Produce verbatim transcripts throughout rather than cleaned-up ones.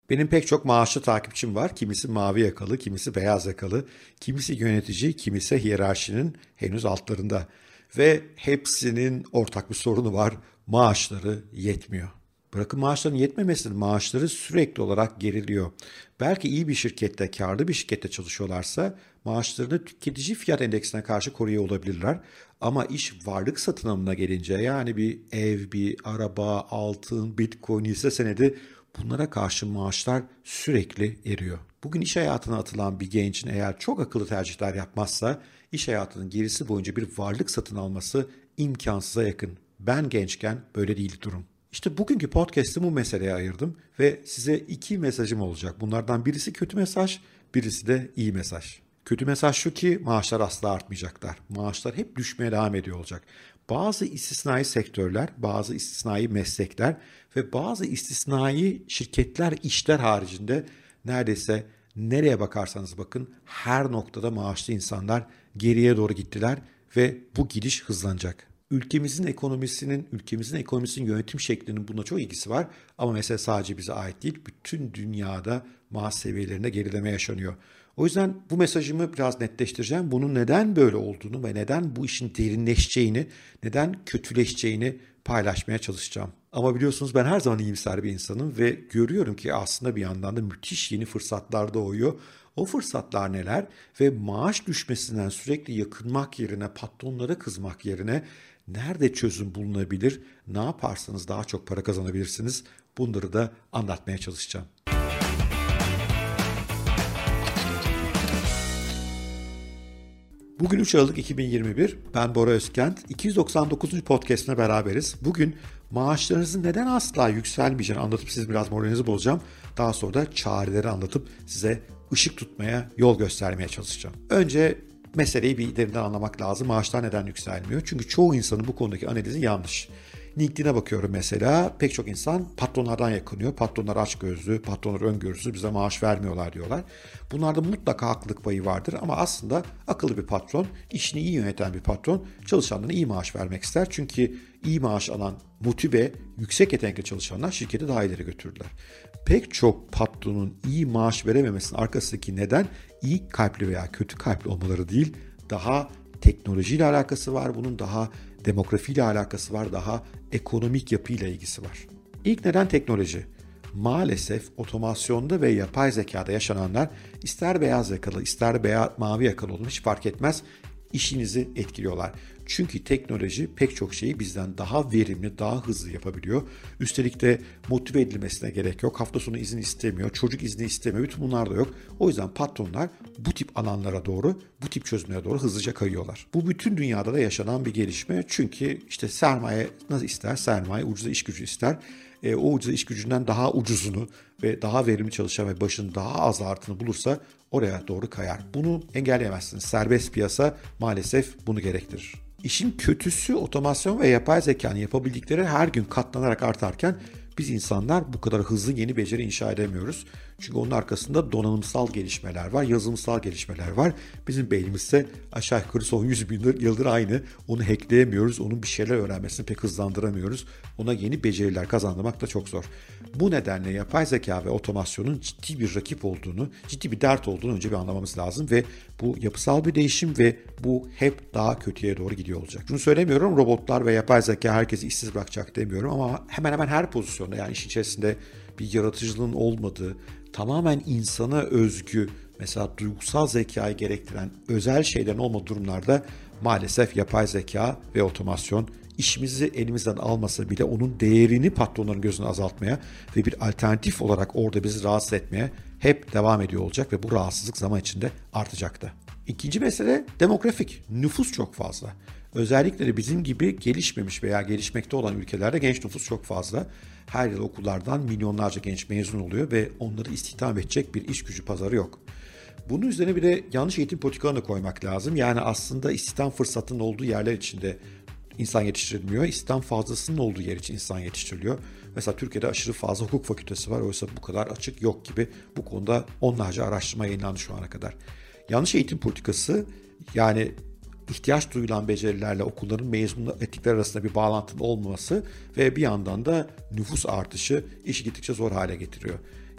Benim pek çok maaşlı takipçim var. Kimisi mavi yakalı, kimisi beyaz yakalı, kimisi yönetici, kimisi hiyerarşinin henüz altlarında. Ve hepsinin ortak bir sorunu var. Maaşları yetmiyor. Bırakın maaşların yetmemesinin, maaşları sürekli olarak geriliyor. Belki iyi bir şirkette, karlı bir şirkette çalışıyorlarsa maaşlarını tüketici fiyat endeksine karşı koruyor olabilirler. Ama iş varlık satın alımına gelince, yani bir ev, bir araba, altın, bitcoin, hisse senedi, bunlara karşı maaşlar sürekli eriyor. Bugün iş hayatına atılan bir gencin eğer çok akıllı tercihler yapmazsa iş hayatının gerisi boyunca bir varlık satın alması imkansıza yakın. Ben gençken böyle değildi durum. İşte bugünkü podcast'ı bu meseleye ayırdım ve size iki mesajım olacak. Bunlardan birisi kötü mesaj, birisi de iyi mesaj. Kötü mesaj şu ki maaşlar asla artmayacaklar. Maaşlar hep düşmeye devam ediyor olacak. Bazı istisnai sektörler, bazı istisnai meslekler ve bazı istisnai şirketler, işler haricinde neredeyse nereye bakarsanız bakın her noktada maaşlı insanlar geriye doğru gittiler ve bu gidiş hızlanacak. Ülkemizin ekonomisinin, ülkemizin ekonomisinin yönetim şeklinin buna çok ilgisi var. Ama mesele sadece bize ait değil. Bütün dünyada maaş seviyelerinde gerileme yaşanıyor. O yüzden bu mesajımı biraz netleştireceğim. Bunun neden böyle olduğunu ve neden bu işin derinleşeceğini, neden kötüleşeceğini paylaşmaya çalışacağım. Ama biliyorsunuz ben her zaman iyimser bir insanım ve görüyorum ki aslında bir yandan da müthiş yeni fırsatlar doğuyor. O fırsatlar neler ve maaş düşmesinden sürekli yakınmak yerine, patronlara kızmak yerine nerede çözüm bulunabilir, ne yaparsanız daha çok para kazanabilirsiniz, bunları da anlatmaya çalışacağım. Bugün üç Aralık iki bin yirmi bir, ben Bora Özkent, iki yüz doksan dokuzuncu podcast'ine beraberiz. Bugün maaşlarınızın neden asla yükselmeyeceğini anlatıp siz biraz moralinizi bozacağım. Daha sonra da çareleri anlatıp size ışık tutmaya, yol göstermeye çalışacağım. Önce meseleyi bir derinden anlamak lazım. Maaşlar neden yükselmiyor? Çünkü çoğu insanın bu konudaki analizi yanlış. LinkedIn'e bakıyorum mesela, pek çok insan patronlardan yakınıyor. Patronlar açgözlü, patronlar öngörüsüz, bize maaş vermiyorlar diyorlar. Bunlarda mutlaka haklılık payı vardır ama aslında akıllı bir patron, işini iyi yöneten bir patron çalışanlarına iyi maaş vermek ister. Çünkü iyi maaş alan, motive, yüksek yetenekli çalışanlar şirketi daha ileri götürürler. Pek çok patronun iyi maaş verememesinin arkasındaki neden iyi kalpli veya kötü kalpli olmaları değil, daha teknolojiyle alakası var, bunun daha demografiyle alakası var, daha ekonomik yapıyla ilgisi var. İlk neden teknoloji. Maalesef otomasyonda ve yapay zekada yaşananlar ister beyaz yakalı, ister beyaz, mavi yakalı olun hiç fark etmez, işinizi etkiliyorlar. Çünkü teknoloji pek çok şeyi bizden daha verimli, daha hızlı yapabiliyor. Üstelik de motive edilmesine gerek yok. Hafta sonu izin istemiyor, çocuk izni istemiyor. Bütün bunlar da yok. O yüzden patronlar bu tip alanlara doğru, bu tip çözümlere doğru hızlıca kayıyorlar. Bu bütün dünyada da yaşanan bir gelişme. Çünkü işte sermaye nasıl ister? Sermaye ucuza iş gücü ister. E, o ucuza iş gücünden daha ucuzunu ve daha verimli çalışan ve başının daha az artını bulursa oraya doğru kayar. Bunu engelleyemezsiniz. Serbest piyasa maalesef bunu gerektirir. İşin kötüsü otomasyon ve yapay zekanın yapabildikleri her gün katlanarak artarken biz insanlar bu kadar hızlı yeni beceri inşa edemiyoruz. Çünkü onun arkasında donanımsal gelişmeler var, yazılımsal gelişmeler var. Bizim beynimizde aşağı yukarı son yüz bin yıldır aynı. Onu hackleyemiyoruz, onun bir şeyler öğrenmesini pek hızlandıramıyoruz. Ona yeni beceriler kazandırmak da çok zor. Bu nedenle yapay zeka ve otomasyonun ciddi bir rakip olduğunu, ciddi bir dert olduğunu önce bir anlamamız lazım ve bu yapısal bir değişim ve bu hep daha kötüye doğru gidiyor olacak. Şunu söylemiyorum, robotlar ve yapay zeka herkesi işsiz bırakacak demiyorum ama hemen hemen her pozisyonda, yani iş içerisinde bir yaratıcılığın olmadığı, tamamen insana özgü, mesela duygusal zekayı gerektiren özel şeylerin olmadığı durumlarda maalesef yapay zeka ve otomasyon işimizi elimizden almasa bile onun değerini patronların gözüne azaltmaya ve bir alternatif olarak orada bizi rahatsız etmeye hep devam ediyor olacak ve bu rahatsızlık zaman içinde artacak da. İkinci mesele demografik. Nüfus çok fazla. Özellikle de bizim gibi gelişmemiş veya gelişmekte olan ülkelerde genç nüfus çok fazla. Her yıl okullardan milyonlarca genç mezun oluyor ve onları istihdam edecek bir iş gücü pazarı yok. Bunun üzerine bir de yanlış eğitim politikalarını koymak lazım. Yani aslında istihdam fırsatının olduğu yerler içinde insan yetiştirilmiyor. İstihdam fazlasının olduğu yer için insan yetiştiriliyor. Mesela Türkiye'de aşırı fazla hukuk fakültesi var. Oysa bu kadar açık yok gibi. Bu konuda onlarca araştırma yayınlandı şu ana kadar. Yanlış eğitim politikası, yani ihtiyaç duyulan becerilerle okulların mezun ettikleri arasında bir bağlantının olmaması ve bir yandan da nüfus artışı işi gittikçe zor hale getiriyor.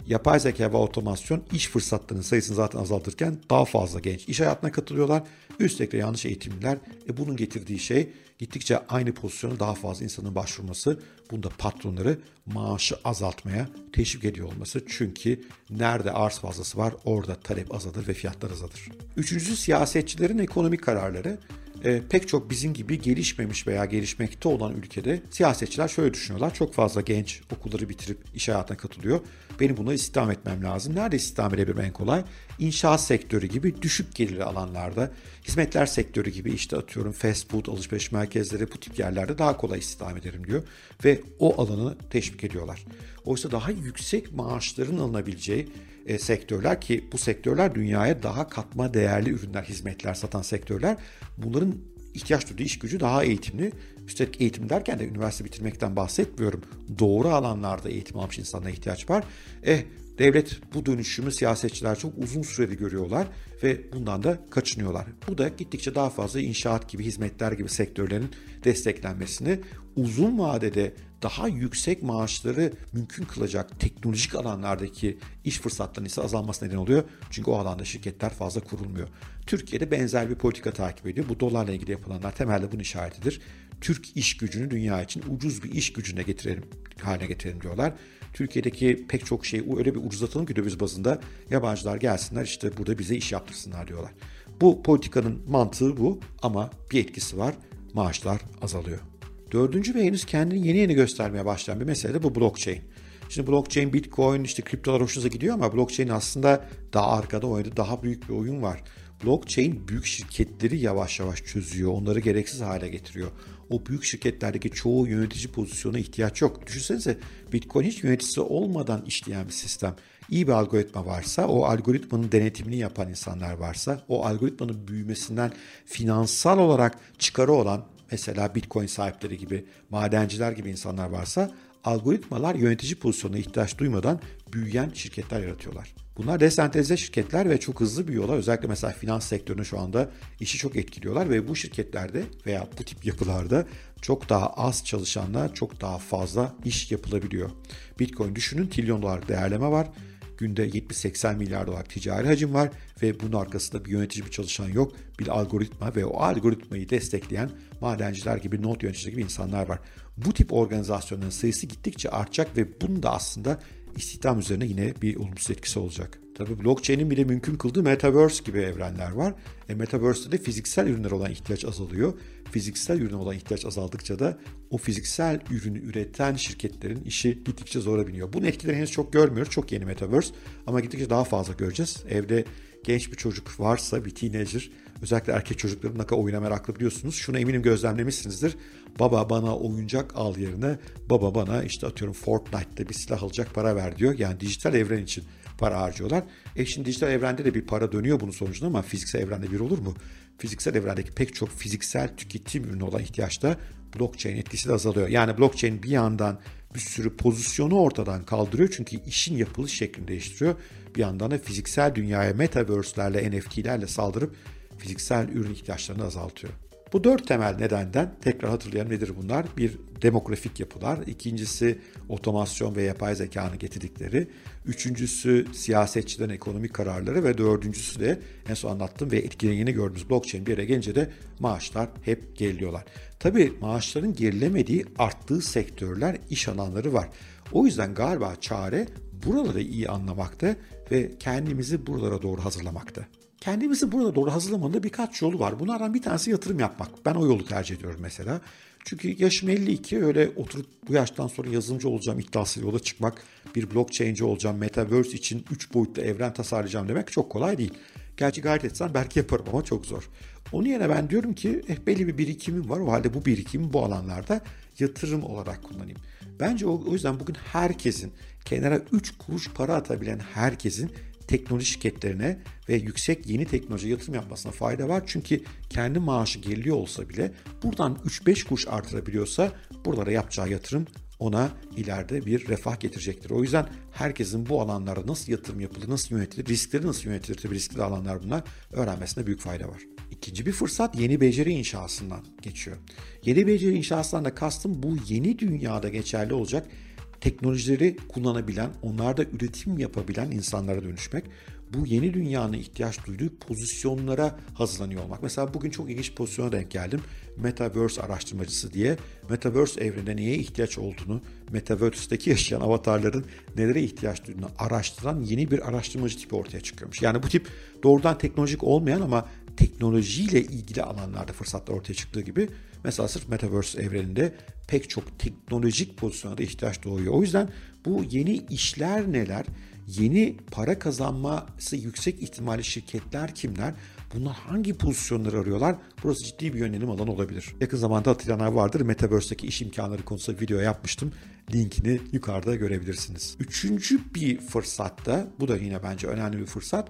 yapay zeka ve otomasyon iş fırsatlarının sayısını zaten azaltırken daha fazla genç iş hayatına katılıyorlar. Üstelik de yanlış eğitimliler. E bunun getirdiği şey gittikçe aynı pozisyona daha fazla insanın başvurması. Bunda patronları maaşı azaltmaya teşvik ediyor olması. Çünkü nerede arz fazlası var orada talep azalır ve fiyatlar azalır. Üçüncüsü siyasetçilerin ekonomik kararları. E, pek çok bizim gibi gelişmemiş veya gelişmekte olan ülkede siyasetçiler şöyle düşünüyorlar. Çok fazla genç okulları bitirip iş hayatına katılıyor. Benim buna istihdam etmem lazım. Nerede istihdam edebilirim en kolay? İnşaat sektörü gibi düşük gelirli alanlarda, hizmetler sektörü gibi işte atıyorum fast food, alışveriş merkezleri bu tip yerlerde daha kolay istihdam ederim diyor. Ve o alanı teşvik ediyorlar. Oysa daha yüksek maaşların alınabileceği e, sektörler ki bu sektörler dünyaya daha katma değerli ürünler, hizmetler satan sektörler. Bunların ihtiyaç duyduğu iş gücü daha eğitimli. Üstelik eğitim derken de üniversite bitirmekten bahsetmiyorum. Doğru alanlarda eğitim almış insanlara ihtiyaç var. Eh devlet bu dönüşümü siyasetçiler çok uzun süreli görüyorlar ve bundan da kaçınıyorlar. Bu da gittikçe daha fazla inşaat gibi, hizmetler gibi sektörlerin desteklenmesini, uzun vadede daha yüksek maaşları mümkün kılacak teknolojik alanlardaki iş fırsatlarının ise azalması neden oluyor. Çünkü o alanda şirketler fazla kurulmuyor. Türkiye'de benzer bir politika takip ediyor. Bu dolarla ilgili yapılanlar temelde bunun işaretidir. Türk iş gücünü dünya için ucuz bir iş gücüne getirelim, haline getirelim diyorlar. Türkiye'deki pek çok şeyi öyle bir ucuzlatalım ki döviz bazında yabancılar gelsinler işte burada bize iş yaptırsınlar diyorlar. Bu politikanın mantığı bu ama bir etkisi var. Maaşlar azalıyor. Dördüncü ve henüz kendini yeni yeni göstermeye başlayan bir mesele de bu blockchain. Şimdi blockchain, bitcoin, işte kriptolar hoşunuza gidiyor ama blockchain aslında daha arkada oynadığı daha büyük bir oyun var. Blockchain büyük şirketleri yavaş yavaş çözüyor, onları gereksiz hale getiriyor. O büyük şirketlerdeki çoğu yönetici pozisyona ihtiyaç yok. Düşünsenize Bitcoin hiç yöneticisi olmadan işleyen bir sistem. İyi bir algoritma varsa, o algoritmanın denetimini yapan insanlar varsa, o algoritmanın büyümesinden finansal olarak çıkarı olan mesela Bitcoin sahipleri gibi, madenciler gibi insanlar varsa algoritmalar yönetici pozisyonuna ihtiyaç duymadan büyüyen şirketler yaratıyorlar. Bunlar desentralize şirketler ve çok hızlı büyüyorlar. Özellikle mesela finans sektörünü şu anda işi çok etkiliyorlar ve bu şirketlerde veya bu tip yapılarda çok daha az çalışanla çok daha fazla iş yapılabiliyor. Bitcoin düşünün, trilyon dolarlık değerleme var. Günde yetmiş seksen milyar dolar ticari hacim var ve bunun arkasında bir yönetici, bir çalışan yok. Bir algoritma ve o algoritmayı destekleyen madenciler gibi, node yöneticileri gibi insanlar var. Bu tip organizasyonların sayısı gittikçe artacak ve bunun da aslında istihdam üzerine yine bir olumsuz etkisi olacak. Tabii blockchain'in bile mümkün kıldığı metaverse gibi evrenler var. E metaverse'de de fiziksel ürünler olan ihtiyaç azalıyor. Fiziksel ürüne olan ihtiyaç azaldıkça da o fiziksel ürünü üreten şirketlerin işi gittikçe zora biniyor. Bunun etkilerini henüz çok görmüyoruz. Çok yeni metaverse ama gittikçe daha fazla göreceğiz. Evde genç bir çocuk varsa, bir teenager, özellikle erkek çocukların ne kadar oyuna meraklı biliyorsunuz. Şunu eminim gözlemlemişsinizdir. Baba bana oyuncak al yerine baba bana işte atıyorum Fortnite'da bir silah alacak para ver diyor. Yani dijital evren için para harcıyorlar. E şimdi dijital evrende de bir para dönüyor bunun sonucunda ama fiziksel evrende bir olur mu? Fiziksel evrendeki pek çok fiziksel tüketim ürünü olan ihtiyaçta blockchain etkisi de azalıyor. Yani blockchain bir yandan bir sürü pozisyonu ortadan kaldırıyor çünkü işin yapılış şeklini değiştiriyor. Bir yandan da fiziksel dünyaya metaverse'lerle, N F T'lerle saldırıp fiziksel ürün ihtiyaçlarını azaltıyor. Bu dört temel nedenden tekrar hatırlayalım nedir bunlar? Bir, demografik yapılar. İkincisi otomasyon ve yapay zekanın getirdikleri. Üçüncüsü siyasetçilerin ekonomik kararları ve dördüncüsü de en son anlattığım ve etkilerini gördüğümüz blockchain bir yere gelince de maaşlar hep geriliyorlar. Tabii maaşların gerilemediği, arttığı sektörler, iş alanları var. O yüzden galiba çare buraları iyi anlamakta ve kendimizi buralara doğru hazırlamakta. Kendimizi burada doğru hazırlamanın da birkaç yolu var. Bunlardan bir tanesi yatırım yapmak. Ben o yolu tercih ediyorum mesela. Çünkü yaşım elli iki, öyle oturup bu yaştan sonra yazılımcı olacağım iddiasıyla yola çıkmak, bir blockchain'ci olacağım, metaverse için üç boyutlu evren tasarlayacağım demek çok kolay değil. Gerçi gayret etsen belki yaparım ama çok zor. Onun yerine ben diyorum ki eh, belli bir birikimim var. O halde bu birikimi bu alanlarda yatırım olarak kullanayım. Bence o, o yüzden bugün herkesin, kenara üç kuruş para atabilen herkesin teknoloji şirketlerine ve yüksek yeni teknoloji yatırım yapmasına fayda var. Çünkü kendi maaşı geriliyor olsa bile buradan üç beş kuruş artırabiliyorsa buralara yapacağı yatırım ona ileride bir refah getirecektir. O yüzden herkesin bu alanlarda nasıl yatırım yapılır, nasıl yönetilir, riskleri nasıl yönetilir, tabii riskli alanlar bunlar, öğrenmesine büyük fayda var. İkinci bir fırsat yeni beceri inşasından geçiyor. Yeni beceri inşasından da kastım bu yeni dünyada geçerli olacak teknolojileri kullanabilen, onlarda üretim yapabilen insanlara dönüşmek. Bu yeni dünyanın ihtiyaç duyduğu pozisyonlara hazırlanıyor olmak. Mesela bugün çok ilginç bir pozisyona denk geldim. Metaverse araştırmacısı diye. Metaverse evreninde neye ihtiyaç olduğunu, Metaverse'deki yaşayan avatarların nelere ihtiyaç duyduğunu araştıran yeni bir araştırmacı tipi ortaya çıkıyormuş. Yani bu tip doğrudan teknolojik olmayan ama teknolojiyle ilgili alanlarda fırsatlar ortaya çıktığı gibi mesela sırf Metaverse evreninde pek çok teknolojik pozisyona da ihtiyaç doğuyor. O yüzden bu yeni işler neler? Yeni para kazanması yüksek ihtimalli şirketler kimler? Bunlar hangi pozisyonları arıyorlar? Burası ciddi bir yönelim alanı olabilir. Yakın zamanda hatırlayanlar vardır. Metaverse'deki iş imkanları konusunda video yapmıştım. Linkini yukarıda görebilirsiniz. Üçüncü bir fırsatta, bu da yine bence önemli bir fırsat.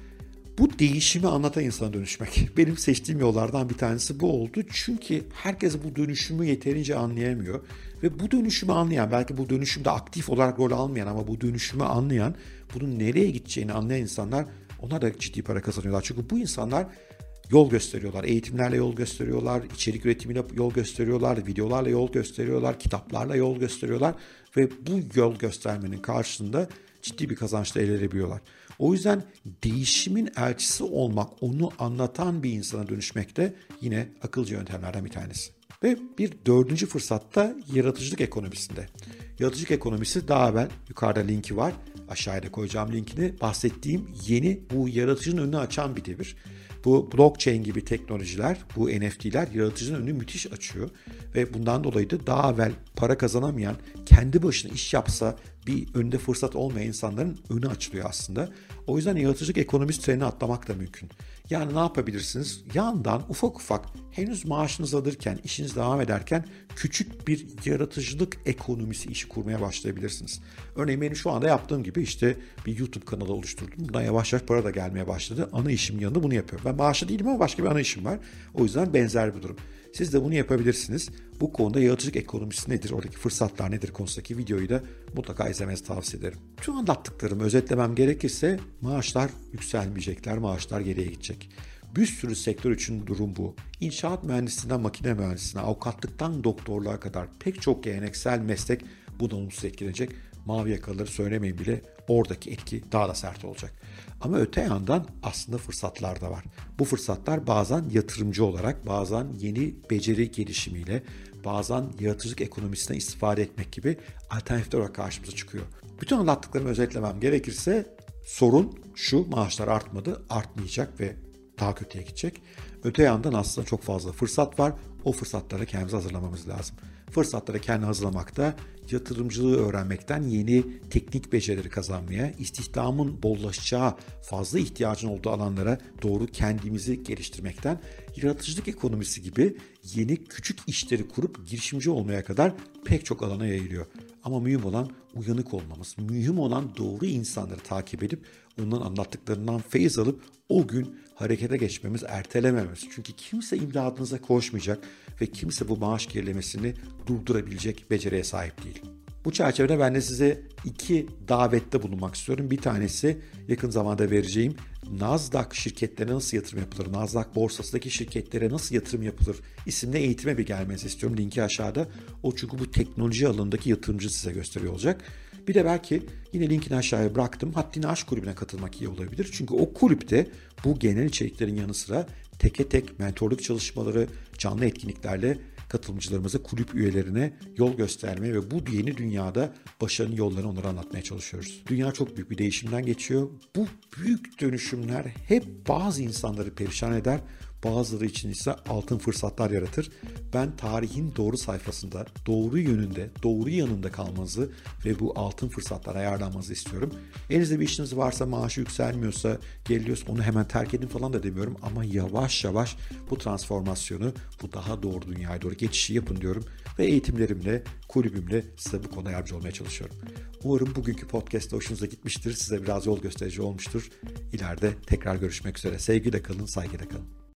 Bu değişimi anlatan insana dönüşmek. Benim seçtiğim yollardan bir tanesi bu oldu. Çünkü herkes bu dönüşümü yeterince anlayamıyor. Ve bu dönüşümü anlayan, belki bu dönüşümde aktif olarak rol almayan ama bu dönüşümü anlayan, bunun nereye gideceğini anlayan insanlar, onlar da ciddi para kazanıyorlar. Çünkü bu insanlar yol gösteriyorlar. Eğitimlerle yol gösteriyorlar, içerik üretimiyle yol gösteriyorlar, videolarla yol gösteriyorlar, kitaplarla yol gösteriyorlar. Ve bu yol göstermenin karşılığında ciddi bir kazançla elde edebiliyorlar. O yüzden değişimin elçisi olmak, onu anlatan bir insana dönüşmek de yine akılcı yöntemlerden bir tanesi. Ve bir dördüncü fırsatta yaratıcılık ekonomisinde. Yaratıcılık ekonomisi daha evvel yukarıda linki var. Aşağıya da koyacağım linkini. Bahsettiğim yeni bu yaratıcının önünü açan bir devir. Bu blockchain gibi teknolojiler, bu N F T'ler yaratıcının önünü müthiş açıyor. Ve bundan dolayı da daha evvel para kazanamayan, kendi başına iş yapsa bir önünde fırsat olmayan insanların önü açılıyor aslında. O yüzden yaratıcılık ekonomisi trenine atlamak da mümkün. Yani ne yapabilirsiniz? Yandan ufak ufak henüz maaşınız alırken, işiniz devam ederken küçük bir yaratıcılık ekonomisi işi kurmaya başlayabilirsiniz. Örneğin benim şu anda yaptığım gibi işte bir YouTube kanalı oluşturdum. Bundan yavaş yavaş para da gelmeye başladı. Ana işimin yanında bunu yapıyorum. Ben maaşlı değilim ama başka bir ana işim var. O yüzden benzer bir durum. Siz de bunu yapabilirsiniz. Bu konuda yaratıcılık ekonomisi nedir, oradaki fırsatlar nedir konusundaki videoyu da mutlaka izlemenizi tavsiye ederim. Tüm anlattıklarımı özetlemem gerekirse maaşlar yükselmeyecekler, maaşlar geriye gidecek. Bir sürü sektör için durum bu. İnşaat mühendisliğinden makine mühendisliğine, avukatlıktan doktorluğa kadar pek çok geleneksel meslek bundan olumsuz etkilenecek. Mavi yakalıları söylemeyin bile, oradaki etki daha da sert olacak. Ama öte yandan aslında fırsatlar da var. Bu fırsatlar bazen yatırımcı olarak, bazen yeni beceri gelişimiyle, bazen yaratıcılık ekonomisinden istifade etmek gibi alternatifler olarak karşımıza çıkıyor. Bütün anlattıklarımı özetlemem gerekirse sorun şu: maaşlar artmadı, artmayacak ve daha kötüye gidecek. Öte yandan aslında çok fazla fırsat var. O fırsatlara kendimizi hazırlamamız lazım. Fırsatlara kendini hazırlamakta, yatırımcılığı öğrenmekten yeni teknik becerileri kazanmaya, istihdamın bollaşacağı, fazla ihtiyacın olduğu alanlara doğru kendimizi geliştirmekten, yaratıcılık ekonomisi gibi yeni küçük işleri kurup girişimci olmaya kadar pek çok alana yayılıyor. Ama mühim olan uyanık olmamız, mühim olan doğru insanları takip edip onların anlattıklarından feyiz alıp o gün harekete geçmemiz, ertelemememiz. Çünkü kimse imdadınıza koşmayacak ve kimse bu maaş gerilemesini durdurabilecek beceriye sahip değil. Bu çerçevede ben de size iki davette bulunmak istiyorum. Bir tanesi yakın zamanda vereceğim Nasdaq şirketlerine nasıl yatırım yapılır, Nasdaq borsasındaki şirketlere nasıl yatırım yapılır isimli eğitime bir gelmenizi istiyorum. Linki aşağıda. O çünkü bu teknoloji alanındaki yatırımcı size gösteriyor olacak. Bir de belki yine linkini aşağıya bıraktım. Haddini Aş kulübüne katılmak iyi olabilir. Çünkü o kulüpte bu genel içeriklerin yanı sıra teke tek mentorluk çalışmaları, canlı etkinliklerle katılımcılarımıza, kulüp üyelerine yol göstermeye ve bu yeni dünyada başarının yollarını onlara anlatmaya çalışıyoruz. Dünya çok büyük bir değişimden geçiyor. Bu büyük dönüşümler hep bazı insanları perişan eder, bazıları için ise altın fırsatlar yaratır. Ben tarihin doğru sayfasında, doğru yönünde, doğru yanında kalmanızı ve bu altın fırsatlara ayarlanmanızı istiyorum. Elinizde bir işiniz varsa, maaşı yükselmiyorsa, geriliyorsa onu hemen terk edin falan da demiyorum. Ama yavaş yavaş bu transformasyonu, bu daha doğru dünyaya doğru geçişi yapın diyorum. Ve eğitimlerimle, kulübümle size bu konuda yardımcı olmaya çalışıyorum. Umarım bugünkü podcast'ta hoşunuza gitmiştir. Size biraz yol gösterici olmuştur. İleride tekrar görüşmek üzere. Sevgiyle kalın, saygıyla kalın.